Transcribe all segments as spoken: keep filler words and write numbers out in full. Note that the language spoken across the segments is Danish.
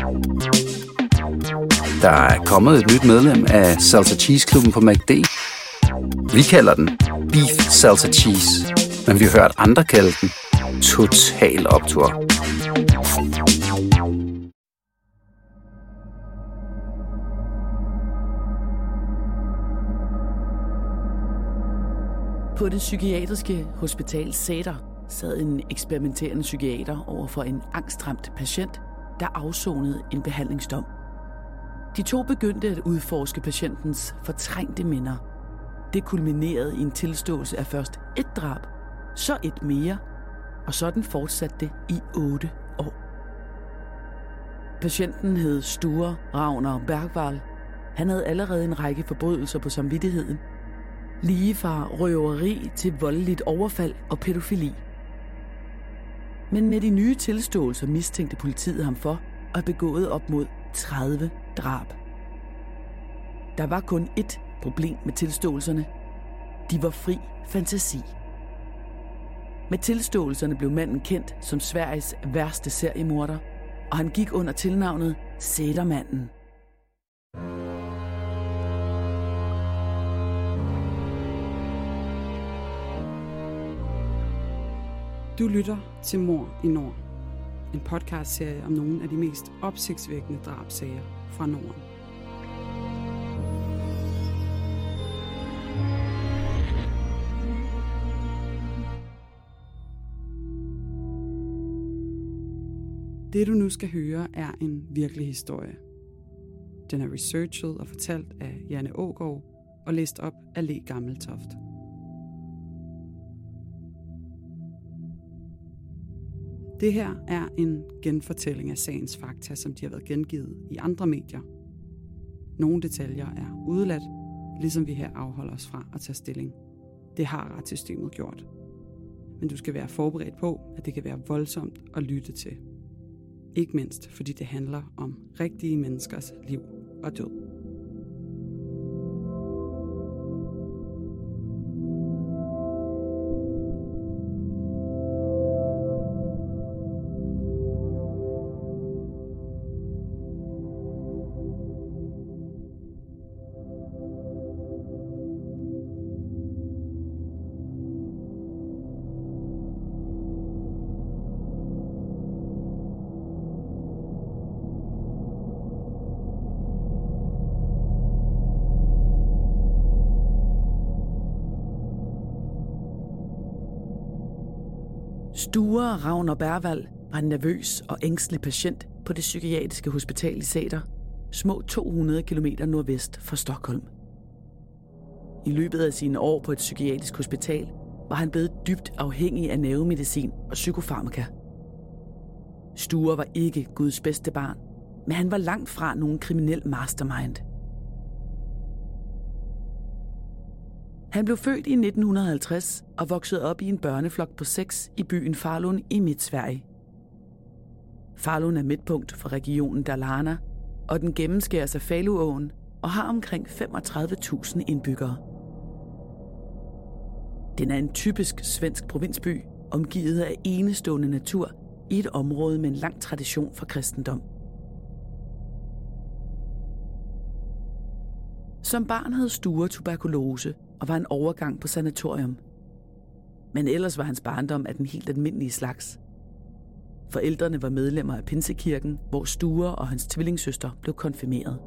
Der er kommet et nyt medlem af Salsa Cheese Klubben på McD. Vi kalder den Beef Salsa Cheese, men vi har hørt andre kalde den Total Optur. På det psykiatriske hospital Sæter sad en eksperimenterende psykiater over for en angstramt patient, der afsonede en behandlingsdom. De to begyndte at udforske patientens fortrængte minder. Det kulminerede i en tilståelse af først et drab, så et mere, og sådan fortsatte det i otte år. Patienten hed Sture Ragnar Bergvall. Han havde allerede en række forbrydelser på samvittigheden, lige fra røveri til voldeligt overfald og pædofili. Men med de nye tilståelser mistænkte politiet ham for at have begået op mod tredive drab. Der var kun ét problem med tilståelserne. De var fri fantasi. Med tilståelserne blev manden kendt som Sveriges værste seriemorder, og han gik under tilnavnet Sætermanden. Du lytter til Mord i Nord, en podcastserie om nogle af de mest opsigtsvækkende drabssager fra Norden. Det du nu skal høre er en virkelig historie. Den er researchet og fortalt af Janne Aagaard og læst op af Le Gammeltoft. Det her er en genfortælling af sagens fakta, som de har været gengivet i andre medier. Nogle detaljer er udeladt, ligesom vi her afholder os fra at tage stilling. Det har retssystemet gjort. Men du skal være forberedt på, at det kan være voldsomt at lytte til. Ikke mindst, fordi det handler om rigtige menneskers liv og død. Sture Ragnar Bergvall var en nervøs og ængstelig patient på det psykiatriske hospital i Sæter, små to hundrede kilometer nordvest for Stockholm. I løbet af sine år på et psykiatrisk hospital var han blevet dybt afhængig af nervemedicin og psykofarmaka. Sture var ikke Guds bedste barn, men han var langt fra nogen kriminel mastermind. Han blev født i nitten halvtreds og voksede op i en børneflok på seks i byen Falun i Midt-Sverige. Falun er midtpunkt for regionen Dalarna, og den gennemskæres af Faluåen og har omkring femogtredive tusind indbyggere. Den er en typisk svensk provinsby, omgivet af enestående natur i et område med en lang tradition for kristendom. Som barn havde Sture tuberkulose og var en overgang på sanatorium. Men ellers var hans barndom af den helt almindelige slags. Forældrene var medlemmer af Pinsekirken, hvor Sture og hans tvillingsøster blev konfirmeret.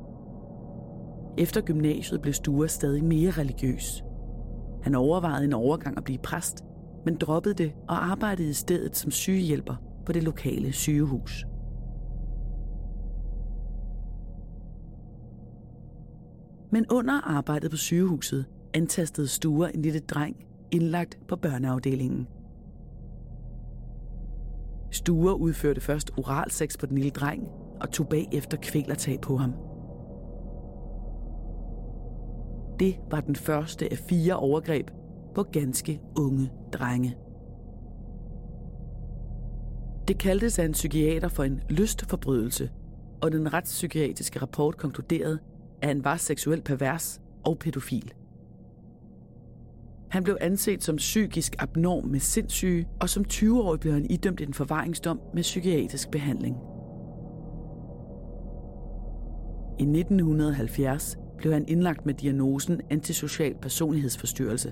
Efter gymnasiet blev Sture stadig mere religiøs. Han overvejede en overgang at blive præst, men droppede det og arbejdede i stedet som sygehjælper på det lokale sygehus. Men under arbejdet på sygehuset antastede Sture en lille dreng indlagt på børneafdelingen. Sture udførte først oralsex på den lille dreng og tog bagefter kvælertag på ham. Det var den første af fire overgreb på ganske unge drenge. Det kaldtes af en psykiater for en lystforbrydelse, og den retspsykiatriske rapport konkluderede, at han var seksuelt pervers og pædofil. Han blev anset som psykisk abnorm med sindssyge, og som tyve-årig blev han idømt en forvaringsdom med psykiatrisk behandling. I nitten halvfjerds blev han indlagt med diagnosen antisocial personlighedsforstyrrelse.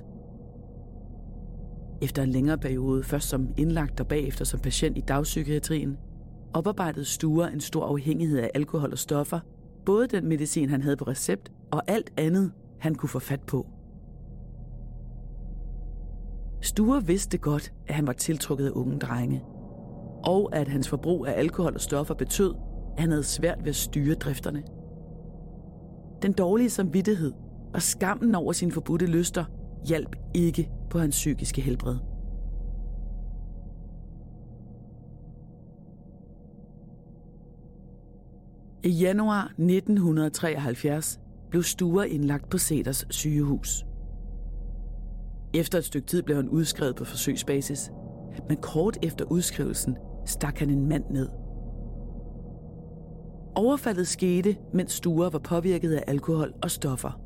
Efter en længere periode, først som indlagt og bagefter som patient i dagpsykiatrien, oparbejdede Sture en stor afhængighed af alkohol og stoffer, både den medicin, han havde på recept, og alt andet, han kunne få fat på. Sture vidste godt, at han var tiltrukket af unge drenge, og at hans forbrug af alkohol og stoffer betød, at han havde svært ved at styre drifterne. Den dårlige samvittighed og skammen over sine forbudte lyster hjalp ikke på hans psykiske helbred. I januar nitten treoghalvfjerds blev Sture indlagt på Cedars sygehus. Efter et stykke tid blev han udskrevet på forsøgsbasis, men kort efter udskrivelsen stak han en mand ned. Overfaldet skete, mens Sture var påvirket af alkohol og stoffer.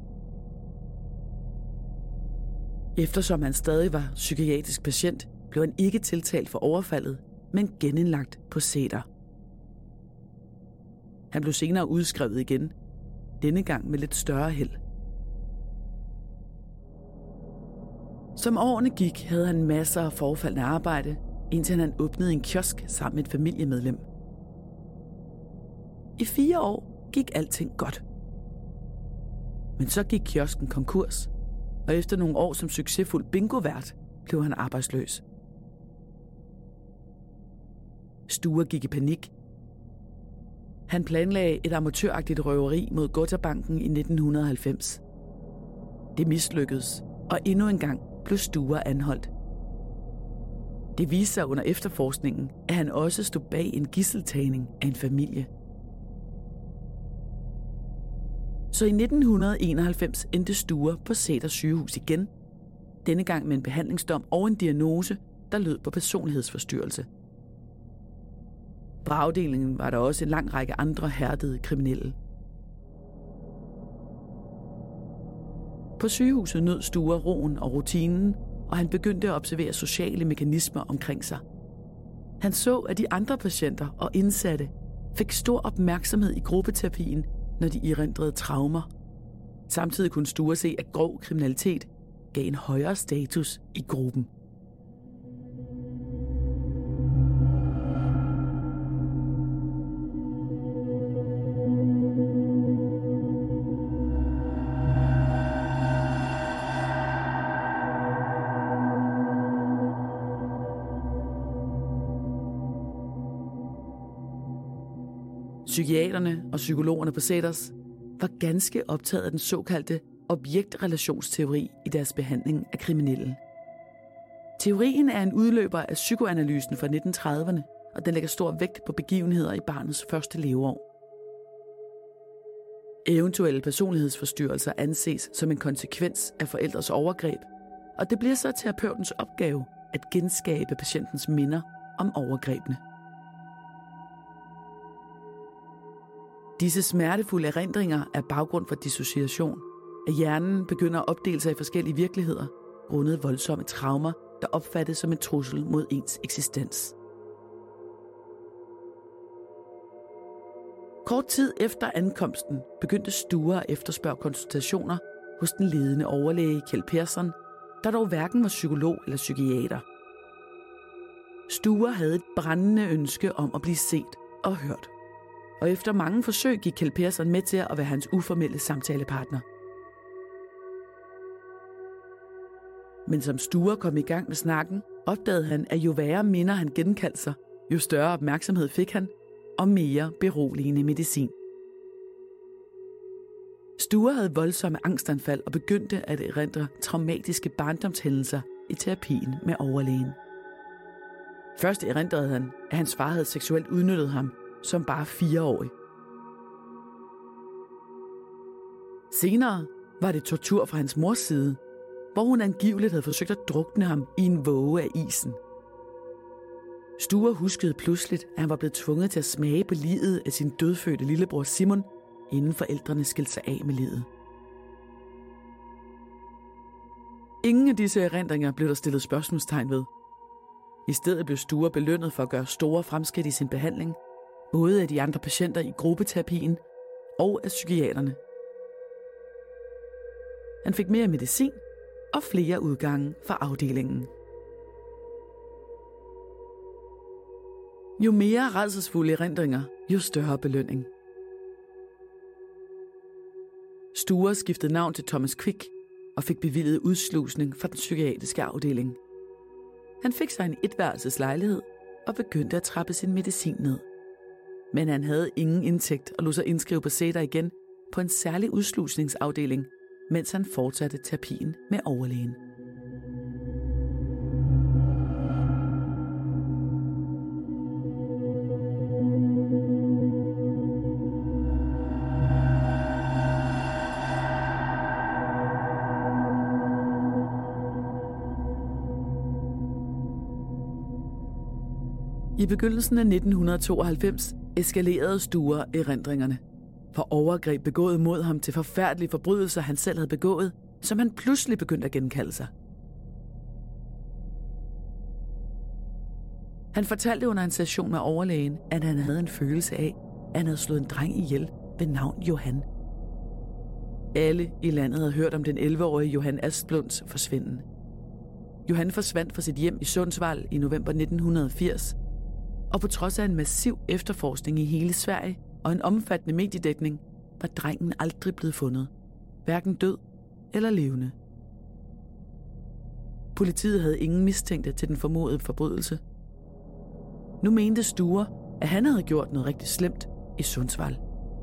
Eftersom han stadig var psykiatrisk patient, blev han ikke tiltalt for overfaldet, men genindlagt på Cedar. Han blev senere udskrevet igen, denne gang med lidt større held. Som årene gik, havde han masser af forfaldende arbejde, indtil han åbnede en kiosk sammen med et familiemedlem. I fire år gik alting godt. Men så gik kiosken konkurs, og efter nogle år som succesfuld bingovært blev han arbejdsløs. Sture gik i panik. Han planlagde et amatøragtigt røveri mod Gothabanken i nitten halvfems. Det mislykkedes, og endnu en gang blev Sture anholdt. Det viste sig under efterforskningen, at han også stod bag en gidseltagning af en familie. Så i nitten enoghalvfems endte Sture på Cedars sygehus igen, denne gang med en behandlingsdom og en diagnose, der lød på personlighedsforstyrrelse. På afdelingen var der også en lang række andre hærdede kriminelle. På sygehuset nød Sture roen og rutinen, og han begyndte at observere sociale mekanismer omkring sig. Han så, at de andre patienter og indsatte fik stor opmærksomhed i gruppeterapien, når de erindrede traumer. Samtidig kunne Sture se, at grov kriminalitet gav en højere status i gruppen. Psykiaterne og psykologerne på Cedars var ganske optaget af den såkaldte objektrelationsteori i deres behandling af kriminelle. Teorien er en udløber af psykoanalysen fra nitten trediverne, og den lægger stor vægt på begivenheder i barnets første leveår. Eventuelle personlighedsforstyrrelser anses som en konsekvens af forældres overgreb, og det bliver så terapeutens opgave at genskabe patientens minder om overgrebene. Disse smertefulde erindringer er baggrund for dissociation, at hjernen begynder at opdele sig i forskellige virkeligheder, grundet voldsomme traumer, der opfattes som en trussel mod ens eksistens. Kort tid efter ankomsten begyndte Sture at efterspørge konsultationer hos den ledende overlæge Kjeld Persson, der dog hverken var psykolog eller psykiater. Sture havde et brændende ønske om at blive set og hørt. Og efter mange forsøg gik Kjeld Persson med til at være hans uformelle samtalepartner. Men som Sture kom i gang med snakken, opdagede han, at jo værre minder han genkaldte sig, jo større opmærksomhed fik han, og mere beroligende medicin. Sture havde voldsomme angstanfald og begyndte at erindre traumatiske barndomshændelser i terapien med overlægen. Først erindrede han, at hans far havde seksuelt udnyttet ham som bare fireårig. Senere var det tortur fra hans mors side, hvor hun angiveligt havde forsøgt at drukne ham i en våge af isen. Sture huskede pludseligt, at han var blevet tvunget til at smage på liget af sin dødfødte lillebror Simon, inden forældrene skilte sig af med livet. Ingen af disse erindringer blev der stillet spørgsmålstegn ved. I stedet blev Sture belønnet for at gøre store fremskridt i sin behandling, både af de andre patienter i gruppeterapien og af psykiaterne. Han fik mere medicin og flere udgange fra afdelingen. Jo mere rædselsfulde erindringer, jo større belønning. Sture skiftede navn til Thomas Quick og fik bevilget udslusning fra den psykiatriske afdeling. Han fik sig en etværelseslejlighed og begyndte at trappe sin medicin ned. Men han havde ingen indtægt og lod sig indskrive på sætter igen på en særlig udslusningsafdeling, mens han fortsatte terapien med overlægen. I begyndelsen af nitten tooghalvfems eskalerede Sture erindringerne. For overgreb begået mod ham til forfærdelige forbrydelser, han selv havde begået, som han pludselig begyndte at genkalde sig. Han fortalte under en session med overlægen, at han havde en følelse af, at han havde slået en dreng ihjel ved navn Johan. Alle i landet havde hørt om den elleve-årige Johan Asplunds forsvinden. Johan forsvandt fra sit hjem i Sundsvall i november nitten firs, og på trods af en massiv efterforskning i hele Sverige og en omfattende mediedækning, var drengen aldrig blevet fundet, hverken død eller levende. Politiet havde ingen mistænkte til den formodede forbrydelse. Nu mente Sture, at han havde gjort noget rigtig slemt i Sundsvall.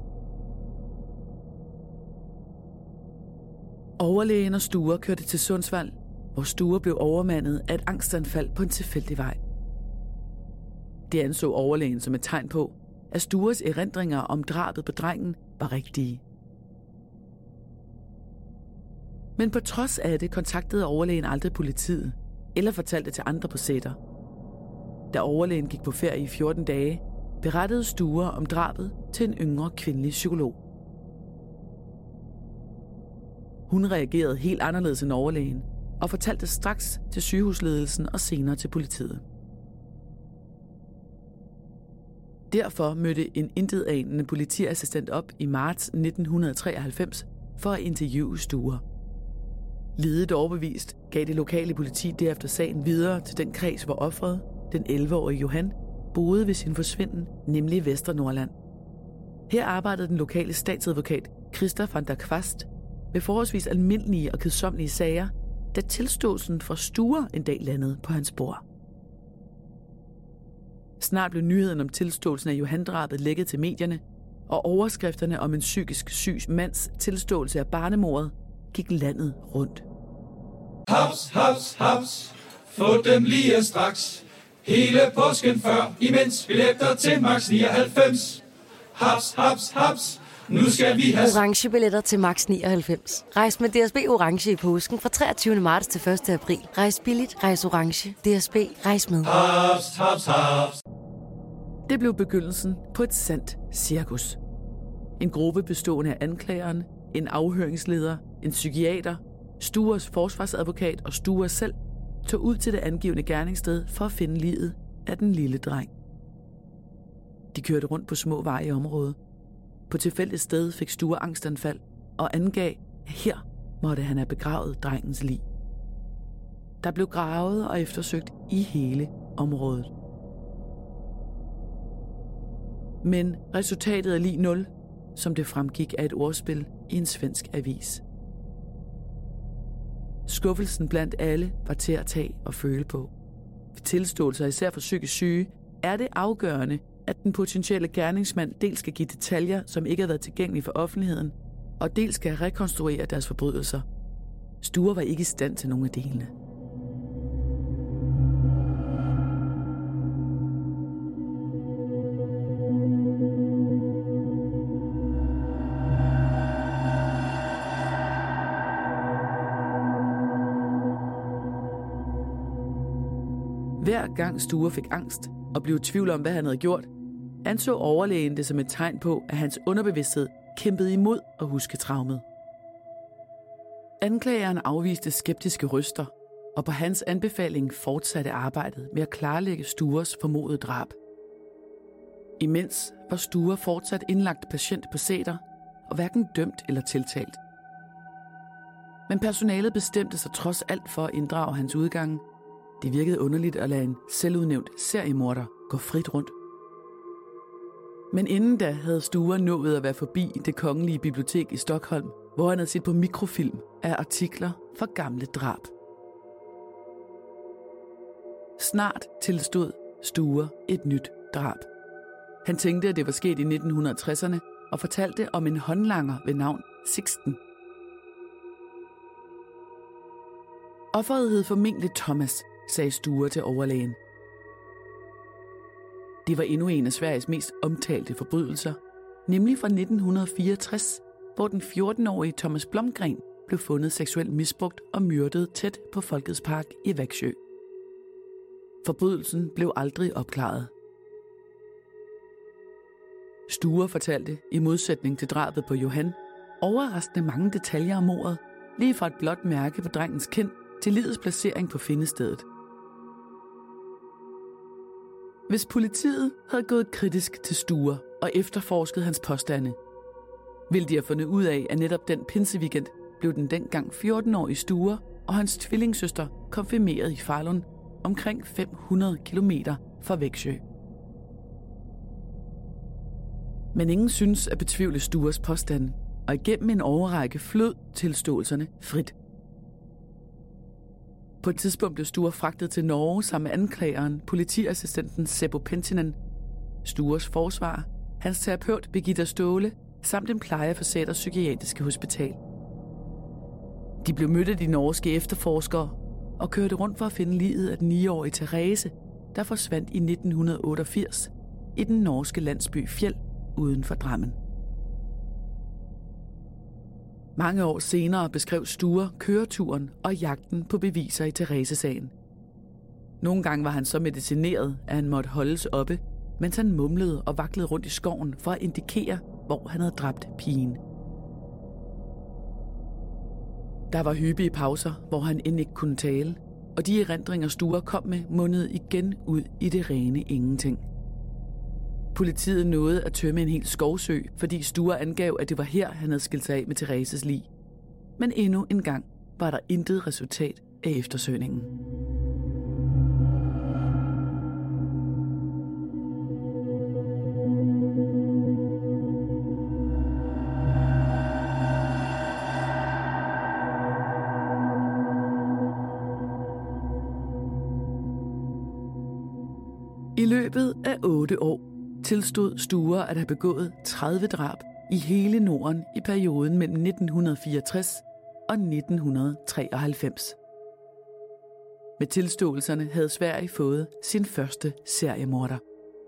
Overlægen og Sture kørte til Sundsvall, hvor Sture blev overmandet af et angstanfald på en tilfældig vej. Det anså overlægen som et tegn på, at Stures erindringer om drabet på drengen var rigtige. Men på trods af det kontaktede overlægen aldrig politiet, eller fortalte til andre på sætter. Da overlægen gik på ferie i fjorten dage, berettede Sture om drabet til en yngre kvindelig psykolog. Hun reagerede helt anderledes end overlægen, og fortalte straks til sygehusledelsen og senere til politiet. Derfor mødte en intetanende politiassistent op i marts nitten treoghalvfems for at interviewe Sture. Lidet overbevist gav det lokale politi derefter sagen videre til den kreds, hvor offeret, den elleve-årige Johan, boede ved sin forsvinden, nemlig i Vesternordland. Her arbejdede den lokale statsadvokat Christa van der Kvast med forholdsvis almindelige og kedsommelige sager, da tilståelsen fra Sture en dag landede på hans bord. Snart blev nyheden om tilståelsen af Johan-drabet lækket til medierne, og overskrifterne om en psykisk syg mands tilståelse af barnemordet gik landet rundt. Haps, haps, haps, få dem lige straks. Hele påsken før, imens billetter til max nioghalvfems. Haps, haps, haps, nu skal vi have orange billetter til max nioghalvfems. Rejs med D S B Orange i påsken fra treogtyvende marts til første april. Rejs billigt, rejs orange. D S B, rejs med. haps, haps, haps. Det blev begyndelsen på et sandt cirkus. En gruppe bestående af anklageren, en afhøringsleder, en psykiater, Stures forsvarsadvokat og Sture selv tog ud til det angivne gerningssted for at finde liget af den lille dreng. De kørte rundt på små veje i området. På tilfældigt sted fik Sture angstanfald og angav, at her måtte han have begravet drengens lig. Der blev gravet og eftersøgt i hele området. Men resultatet er lig nul, som det fremgik af et ordspil i en svensk avis. Skuffelsen blandt alle var til at tage og føle på. Ved tilståelser, især for psykisk syge, er det afgørende, at den potentielle gerningsmand dels skal give detaljer, som ikke har været tilgængelige for offentligheden, og dels skal rekonstruere deres forbrydelser. Sture var ikke i stand til nogen af delene. Hver gang Sture fik angst og blev i tvivl om, hvad han havde gjort, anså overlægen det som et tegn på, at hans underbevidsthed kæmpede imod at huske traumet. Anklageren afviste skeptiske røster, og på hans anbefaling fortsatte arbejdet med at klarlægge Stures formodede drab. Imens var Sture fortsat indlagt patient på Sæter, og hverken dømt eller tiltalt. Men personalet bestemte sig trods alt for at inddrage hans udgange. Det virkede underligt at lade en selvudnævnt seriemorder gå frit rundt. Men inden da havde Sture nået at være forbi Det Kongelige Bibliotek i Stockholm, hvor han havde set på mikrofilm af artikler fra gamle drab. Snart tilstod Sture et nyt drab. Han tænkte, at det var sket i nitten tresserne, og fortalte om en håndlanger ved navn Sixten. Offeret hed formentlig Thomas, sagde Sture til overlægen. Det var endnu en af Sveriges mest omtalte forbrydelser, nemlig fra nitten fireogtres, hvor den fjorten-årige Thomas Blomgren blev fundet seksuelt misbrugt og myrdet tæt på Folkets Park i Växjö. Forbrydelsen blev aldrig opklaret. Sture fortalte, i modsætning til drabet på Johan, overraskende mange detaljer om mordet, lige fra et blåt mærke på drengens kind til livets placering på findestedet. Hvis politiet havde gået kritisk til Sture og efterforsket hans påstande, ville de have fundet ud af, at netop den pinseweekend blev den dengang fjorten-årige Sture og hans tvillingsøster konfirmeret i Falun, omkring fem hundrede kilometer fra Växjö. Men ingen synes at betvivle Stures påstande, og igennem en årrække flød tilståelserne frit. På et tidspunkt blev Sture fragtet til Norge sammen med anklageren, politiassistenten Seppo Pentinen, Stures forsvar, hans terapeut Birgitta Ståle, samt en plejer for Säters psykiatriske hospital. De blev mødt af de norske efterforskere og kørte rundt for at finde liget af den niårige Therese, der forsvandt i nitten otteogfirs i den norske landsby Fjell uden for Drammen. Mange år senere beskrev Sture køreturen og jagten på beviser i Therese-sagen. Nogle gange var han så medicineret, at han måtte holdes oppe, mens han mumlede og vaklede rundt i skoven for at indikere, hvor han havde dræbt pigen. Der var hyppige pauser, hvor han end ikke kunne tale, og de erindringer Sture kom med, mundede igen ud i det rene ingenting. Politiet nåede at tømme en hel skovsø, fordi Sture angav, at det var her, han havde skilt sig af med Thereses lig. Men endnu en gang var der intet resultat af eftersøgningen. I løbet af otte år tilstod Sture at have begået tredive drab i hele Norden i perioden mellem nitten fireogtres og nitten treoghalvfems. Med tilståelserne havde Sverige fået sin første seriemorder.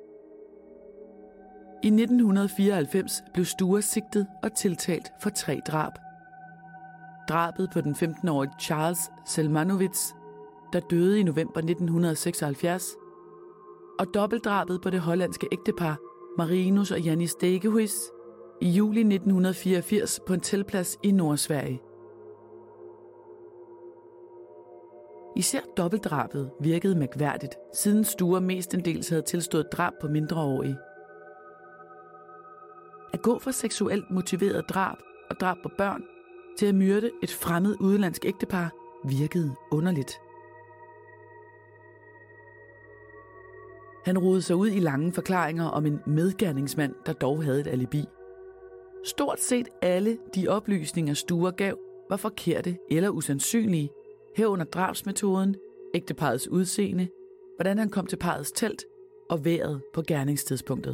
I nitten fireoghalvfems blev Sture sigtet og tiltalt for tre drab. Drabet på den femten-årige Charles Selmanowitz, der døde i november nitten seksoghalvfjerds, og dobbeltdrabet på det hollandske ægtepar Marinus og Jannis Degehuis i juli nitten fireogfirs på en teltplads i Nordsverige. Især dobbeltdrabet virkede mærkværdigt, siden Sture mestendels havde tilstået drab på mindreårige. At gå fra seksuelt motiveret drab og drab på børn til at myrde et fremmed udenlandsk ægtepar virkede underligt. Han rodede sig ud i lange forklaringer om en medgerningsmand, der dog havde et alibi. Stort set alle de oplysninger, Sture gav, var forkerte eller usandsynlige, herunder drabsmetoden, ægteparrets udseende, hvordan han kom til parrets telt og vejret på gerningstidspunktet.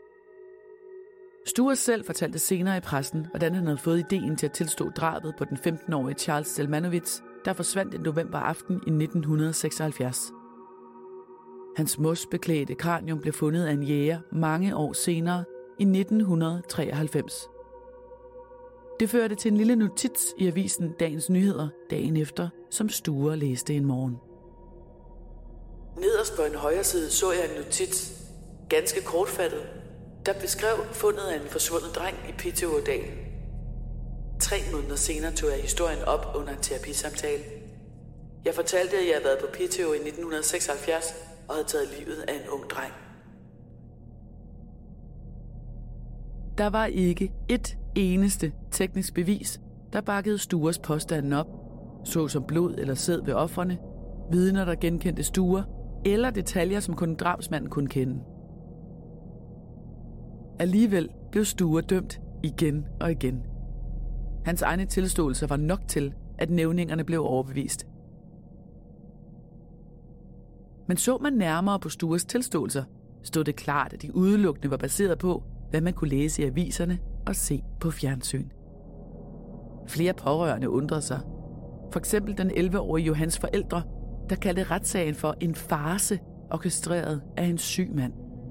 Sture selv fortalte senere i pressen, hvordan han havde fået ideen til at tilstå drabet på den femten-årige Charles Selmanowitz, der forsvandt en novemberaften i nitten seksoghalvfjerds. Hans mosbeklædte kranium blev fundet af en jæger mange år senere i nitten treoghalvfems. Det førte til en lille notits i avisen Dagens Nyheder dagen efter, som Sture læste en morgen. Nederst på en højre side så jeg en notits, ganske kortfattet, der beskrev fundet af en forsvundet dreng i Piteådalen. Tre måneder senere tog jeg historien op under en terapisamtale. Jeg fortalte, at jeg havde været på Piteå i nitten seksoghalvfjerds og havde taget livet af en ung dreng. Der var ikke et eneste teknisk bevis, der bakkede Stures påstanden op, såsom blod eller sæd ved ofrene, vidner, der genkendte Sture, eller detaljer, som kun drabsmanden kunne kende. Alligevel blev Sture dømt igen og igen. Hans egne tilståelser var nok til, at nævningerne blev overbevist. Men så man nærmere på Stures tilståelser, stod det klart, at de udelukkende var baseret på, hvad man kunne læse i aviserne og se på fjernsyn. Flere pårørende undrede sig. For eksempel den elleve-årige Johans forældre, der kaldte retssagen for en farce orkestreret af en syg mand.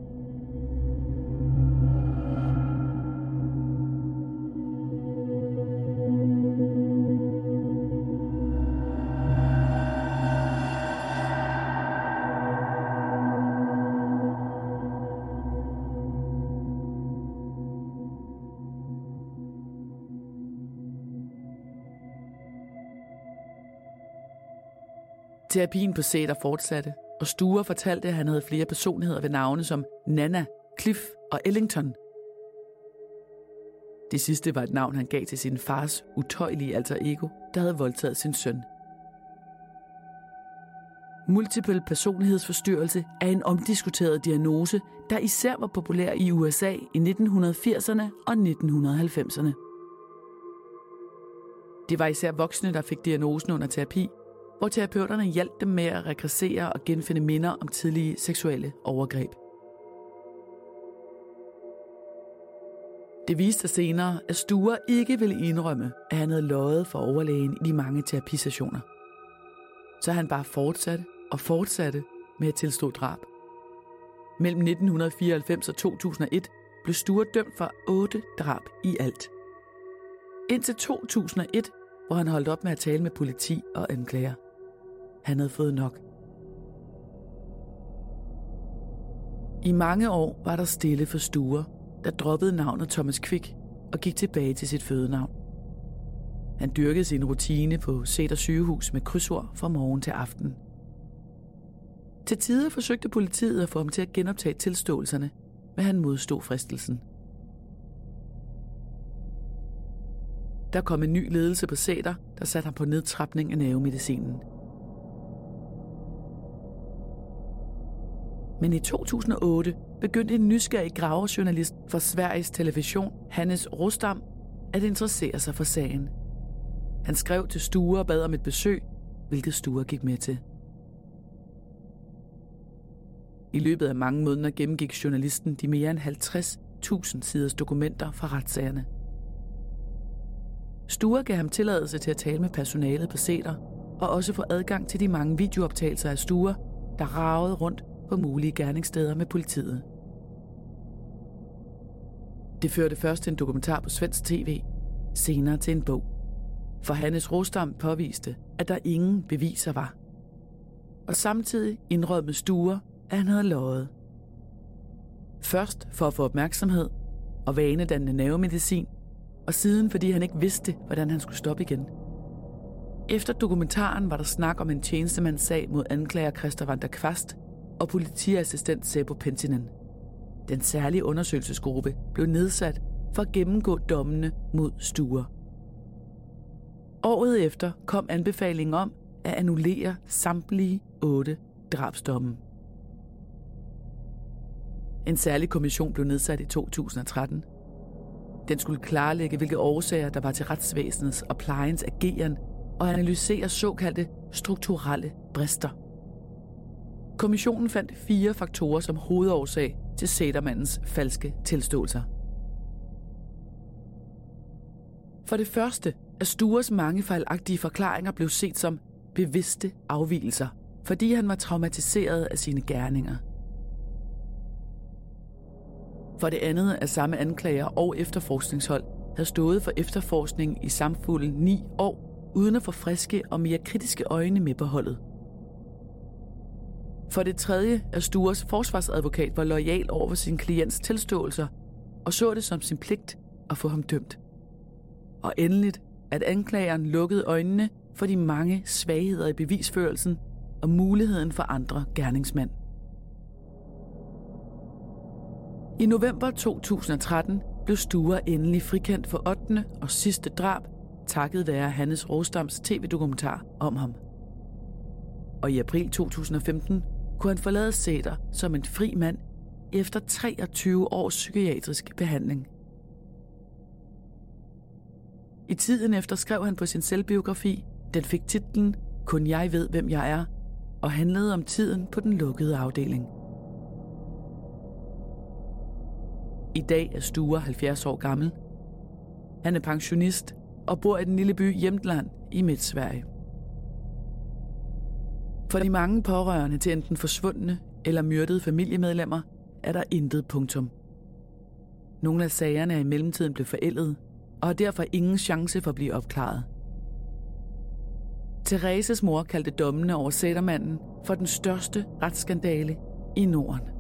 Terapien på Sæter fortsatte, og Sture fortalte, at han havde flere personligheder ved navne som Nana, Cliff og Ellington. Det sidste var et navn, han gav til sin fars utøjelige alter ego, der havde voldtaget sin søn. Multiple personlighedsforstyrrelse er en omdiskuteret diagnose, der især var populær i U S A i nitten firserne og nitten halvfemserne. Det var især voksne, der fik diagnosen under terapi, hvor terapeuterne hjalp dem med at regressere og genfinde minder om tidlige seksuelle overgreb. Det viste sig senere, at Sture ikke ville indrømme, at han havde løjet for overlægen i de mange terapisessioner. Så han bare fortsatte og fortsatte med at tilstå drab. Mellem nitten fireoghalvfems og to tusind og et blev Sture dømt for otte drab i alt. Indtil to tusind og et, hvor han holdt op med at tale med politi og anklager. Han havde fået nok. I mange år var der stille for Sture, der droppede navnet Thomas Quick og gik tilbage til sit fødenavn. Han dyrkede sin rutine på Sæter sygehus med krydsord fra morgen til aften. Til tider forsøgte politiet at få ham til at genoptage tilståelserne, men han modstod fristelsen. Der kom en ny ledelse på Sæter, der satte ham på nedtrapning af nervemedicinen. Men i to tusind og otte begyndte en nysgerrig gravejournalist fra Sveriges Television, Hannes Rostam, at interessere sig for sagen. Han skrev til Sture og bad om et besøg, hvilket Sture gik med til. I løbet af mange måneder gennemgik journalisten de mere end halvtreds tusind siders dokumenter fra retssagerne. Sture gav ham tilladelse til at tale med personalet på Sæter, og også få adgang til de mange videooptagelser af Sture, der ragede rundt på mulige gerningssteder med politiet. Det førte først til en dokumentar på svensk tv, senere til en bog. For Hannes Rostam påviste, at der ingen beviser var. Og samtidig indrømmede Sture, at han havde løjet. Først for at få opmærksomhed og vanedannende nervemedicin, og siden fordi han ikke vidste, hvordan han skulle stoppe igen. Efter dokumentaren var der snak om en tjenestemandssag mod anklager Christer van der Kvast og politiassistent Seppo Pentinen. Den særlige undersøgelsesgruppe blev nedsat for at gennemgå dommene mod Sture. Året efter kom anbefalingen om at annullere samtlige otte drabsdomme. En særlig kommission blev nedsat i to tusind og tretten. Den skulle klarlægge, hvilke årsager der var til retsvæsenets og plejens ageren og analysere såkaldte strukturelle brister. Kommissionen fandt fire faktorer som hovedårsag til Sætermandens falske tilståelser. For det første, at Stures mange fejlagtige forklaringer blev set som bevidste afvigelser, fordi han var traumatiseret af sine gerninger. For det andet, at samme anklager og efterforskningshold havde stået for efterforskning i samfulde ni år, uden at få friske og mere kritiske øjne med på holdet. For det tredje, at Stures forsvarsadvokat var loyal over for sin klients tilståelser og så det som sin pligt at få ham dømt. Og endeligt, at anklageren lukkede øjnene for de mange svagheder i bevisførelsen og muligheden for andre gerningsmænd. I november to tusind og tretten blev Sture endelig frikendt for ottende og sidste drab, takket være Hannes Rostams tv-dokumentar om ham. Og i april to tusind og femten kunne han forlade Sæter som en fri mand efter treogtyve års psykiatrisk behandling. I tiden efter skrev han på sin selvbiografi. Den fik titlen Kun jeg ved, hvem jeg er, og handlede om tiden på den lukkede afdeling. I dag er Sture halvfjerds år gammel. Han er pensionist og bor i den lille by Jämtland i Midt-Sverige. For de mange pårørende til enten forsvundne eller myrdede familiemedlemmer er der intet punktum. Nogle af sagerne er i mellemtiden blevet forældet og har derfor ingen chance for at blive opklaret. Thereses mor kaldte dommene over Sætermanden for den største retsskandale i Norden.